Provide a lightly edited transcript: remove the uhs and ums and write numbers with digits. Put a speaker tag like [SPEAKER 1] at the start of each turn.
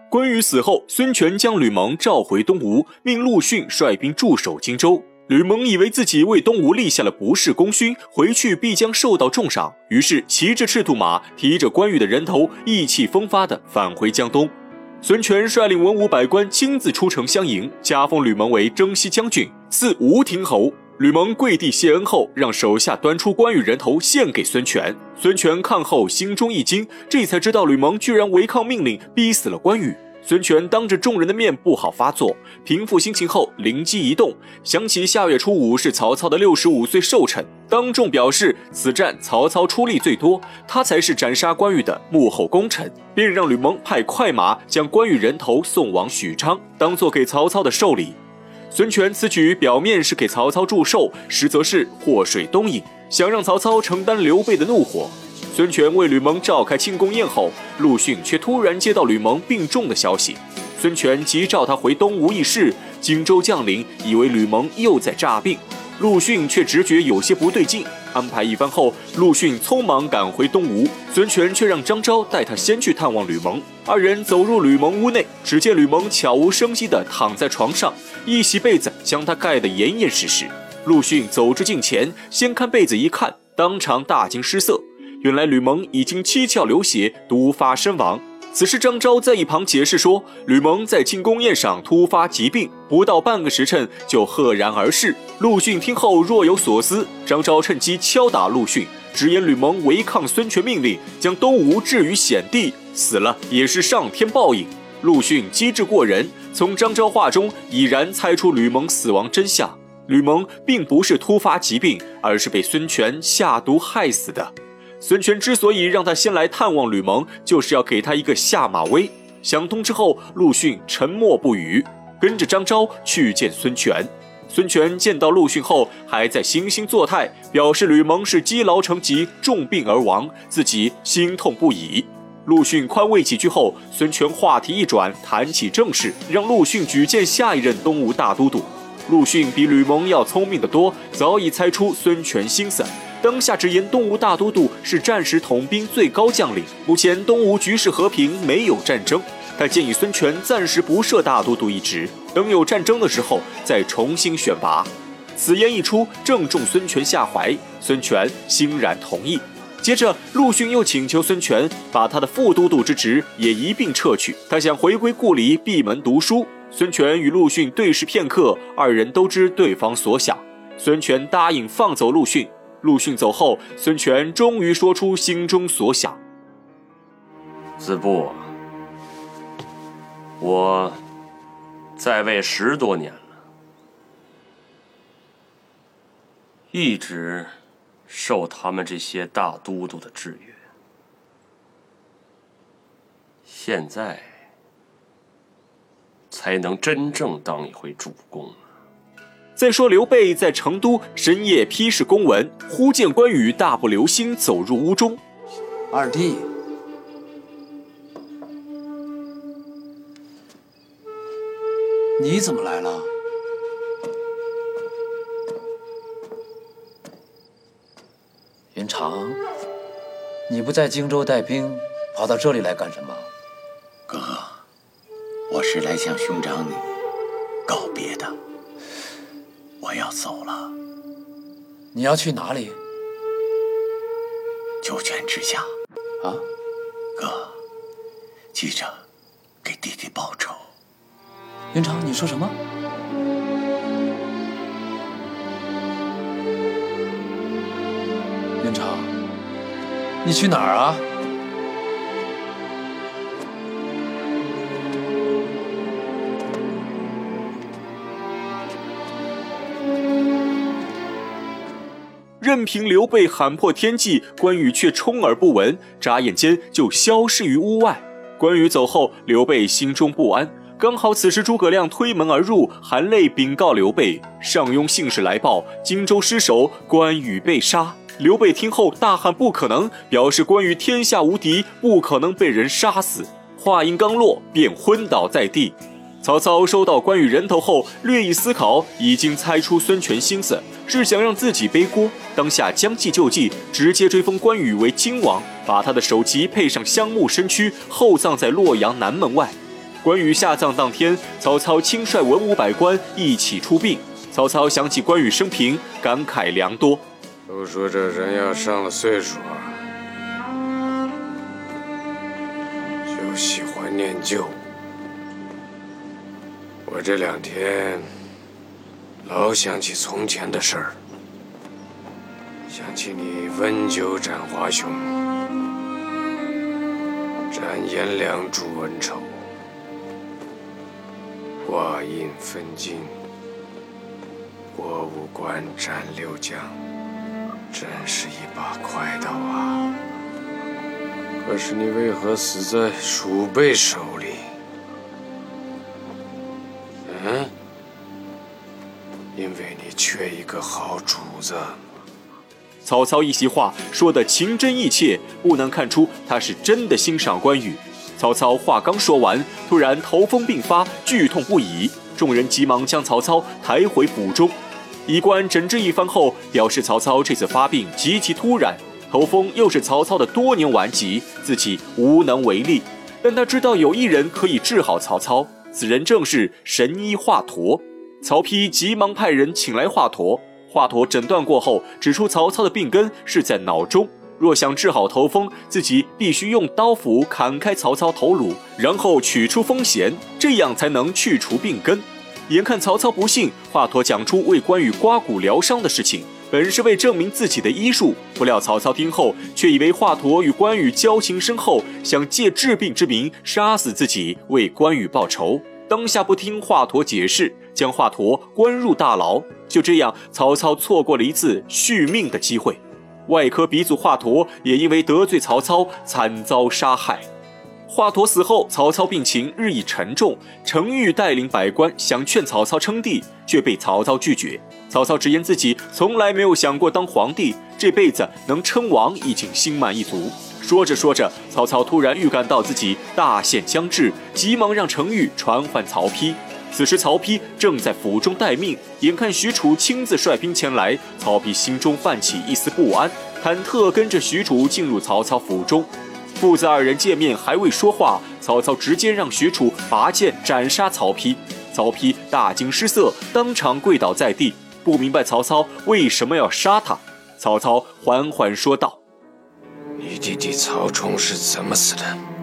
[SPEAKER 1] 关羽死后，孙权将吕蒙召回东吴，命陆逊率兵驻守荆州。吕蒙以为自己为东吴立下了不世功勋，回去必将受到重赏，于是骑着赤兔马，提着关羽的人头，意气风发地返回江东。孙权率领文武百官亲自出城相迎，加封吕蒙为征西将军，赐吴亭侯。吕蒙跪地谢恩后，让手下端出关羽人头献给孙权。孙权看后心中一惊，这才知道吕蒙居然违抗命令，逼死了关羽。孙权当着众人的面不好发作，平复心情后灵机一动，想起下月初5是曹操的65岁寿辰，当众表示此战曹操出力最多，他才是斩杀关羽的幕后功臣，便让吕蒙派快马将关羽人头送往许昌，当作给曹操的寿礼。孙权此举表面是给曹操祝寿，实则是祸水东引，想让曹操承担刘备的怒火。孙权为吕蒙召开庆功宴后，陆逊却突然接到吕蒙病重的消息。孙权急召他回东吴议事，荆州将领以为吕蒙又在诈病，陆逊却直觉有些不对劲。安排一番后，陆逊匆忙赶回东吴，孙权却让张昭带他先去探望吕蒙。二人走入吕蒙屋内，只见吕蒙悄无声息地躺在床上，一袭被子将他盖得严严实实。陆逊走至近前，掀开被子一看，当场大惊失色。原来吕蒙已经七窍流血，毒发身亡。此时张昭在一旁解释说，吕蒙在庆功宴上突发疾病，不到半个时辰就赫然而逝。陆逊听后若有所思，张昭趁机敲打陆逊，直言吕蒙违抗孙权命令，将东吴置于险地，死了也是上天报应。陆逊机智过人，从张昭话中已然猜出吕蒙死亡真相。吕蒙并不是突发疾病，而是被孙权下毒害死的。孙权之所以让他先来探望吕蒙，就是要给他一个下马威。想通之后，陆逊沉默不语，跟着张昭去见孙权。孙权见到陆逊后，还在惺惺作态，表示吕蒙是积劳成疾，重病而亡，自己心痛不已。陆逊宽慰几句后，孙权话题一转，谈起正事，让陆逊举荐下一任东吴大都督。陆逊比吕蒙要聪明得多，早已猜出孙权心思。当下直言东吴大都督是战时统兵最高将领，目前东吴局势和平，没有战争。他建议孙权暂时不设大都督一职，等有战争的时候再重新选拔。此言一出，正中孙权下怀，孙权欣然同意。接着陆逊又请求孙权把他的副都督之职也一并撤去，他想回归故里，闭门读书。孙权与陆逊对视片刻，二人都知对方所想。孙权答应放走陆逊。陆逊走后，孙权终于说出心中所想：
[SPEAKER 2] 子布，我在位10多年了，一直受他们这些大都督的制约，现在才能真正当一回主公。
[SPEAKER 1] 再说刘备在成都深夜批示公文，忽见关羽大步流星走入屋中。
[SPEAKER 3] 二弟，你怎么来了？云长，你不在荆州带兵，跑到这里来干什么？
[SPEAKER 4] 哥哥，我是来向兄长你告别的。我要走了。
[SPEAKER 3] 你要去哪里？
[SPEAKER 4] 九泉之下。
[SPEAKER 3] 啊？
[SPEAKER 4] 哥，记着给弟弟报仇。
[SPEAKER 3] 云长，你说什么？云长，你去哪儿啊？
[SPEAKER 1] 任凭刘备喊破天际，关羽却充耳不闻，眨眼间就消失于屋外。关羽走后，刘备心中不安。刚好此时诸葛亮推门而入，含泪禀告刘备，上庸信使来报，荆州失守，关羽被杀。刘备听后大喊不可能，表示关羽天下无敌，不可能被人杀死。话音刚落，便昏倒在地。曹操收到关羽人头后，略一思考，已经猜出孙权心思，是想让自己背锅。当下将计就计，直接追封关羽为荆王，把他的首级配上香木身躯，厚葬在洛阳南门外。 关羽下葬当天，曹操亲率文武百官一起出殡。曹操想起关羽生平，感慨良多。
[SPEAKER 5] 都说这人要上了岁数就喜欢念旧。我这2天老想起从前的事儿，想起你温酒斩华雄，斩颜良诛文丑，挂印分荆，过五关斩六将，真是一把快刀啊！可是你为何死在鼠辈手里？因为你缺一个好主子。
[SPEAKER 1] 曹操一席话说得情真意切，不难看出他是真的欣赏关羽。曹操话刚说完，突然头风病发，剧痛不已。众人急忙将曹操抬回府中。医官诊治一番后，表示曹操这次发病极其突然，头风又是曹操的多年顽疾，自己无能为力。但他知道有一人可以治好曹操，此人正是神医华佗。曹丕急忙派人请来华佗。华佗诊断过后，指出曹操的病根是在脑中，若想治好头风，自己必须用刀斧砍开曹操头颅，然后取出风弦，这样才能去除病根。眼看曹操不信，华佗讲出为关羽刮骨疗伤的事情，本是为证明自己的医术，不料曹操听后却以为华佗与关羽交情深厚，想借治病之名杀死自己，为关羽报仇。当下不听华佗解释，将华佗关入大牢。就这样，曹操错过了一次续命的机会。外科鼻祖华佗也因为得罪曹操，惨遭杀害。华佗死后，曹操病情日益沉重，程昱带领百官想劝曹操称帝，却被曹操拒绝。曹操直言自己从来没有想过当皇帝，这辈子能称王已经心满意足。说着说着，曹操突然预感到自己大限将至，急忙让程昱传唤曹丕。此时曹丕正在府中待命，眼看许褚亲自率兵前来，曹丕心中泛起一丝不安，忐忑跟着许褚进入曹操府中。父子二人见面还未说话，曹操直接让许褚拔剑斩杀曹丕。曹丕大惊失色，当场跪倒在地，不明白曹操为什么要杀他。曹操缓缓说道：
[SPEAKER 5] 你弟弟曹冲是怎么死的？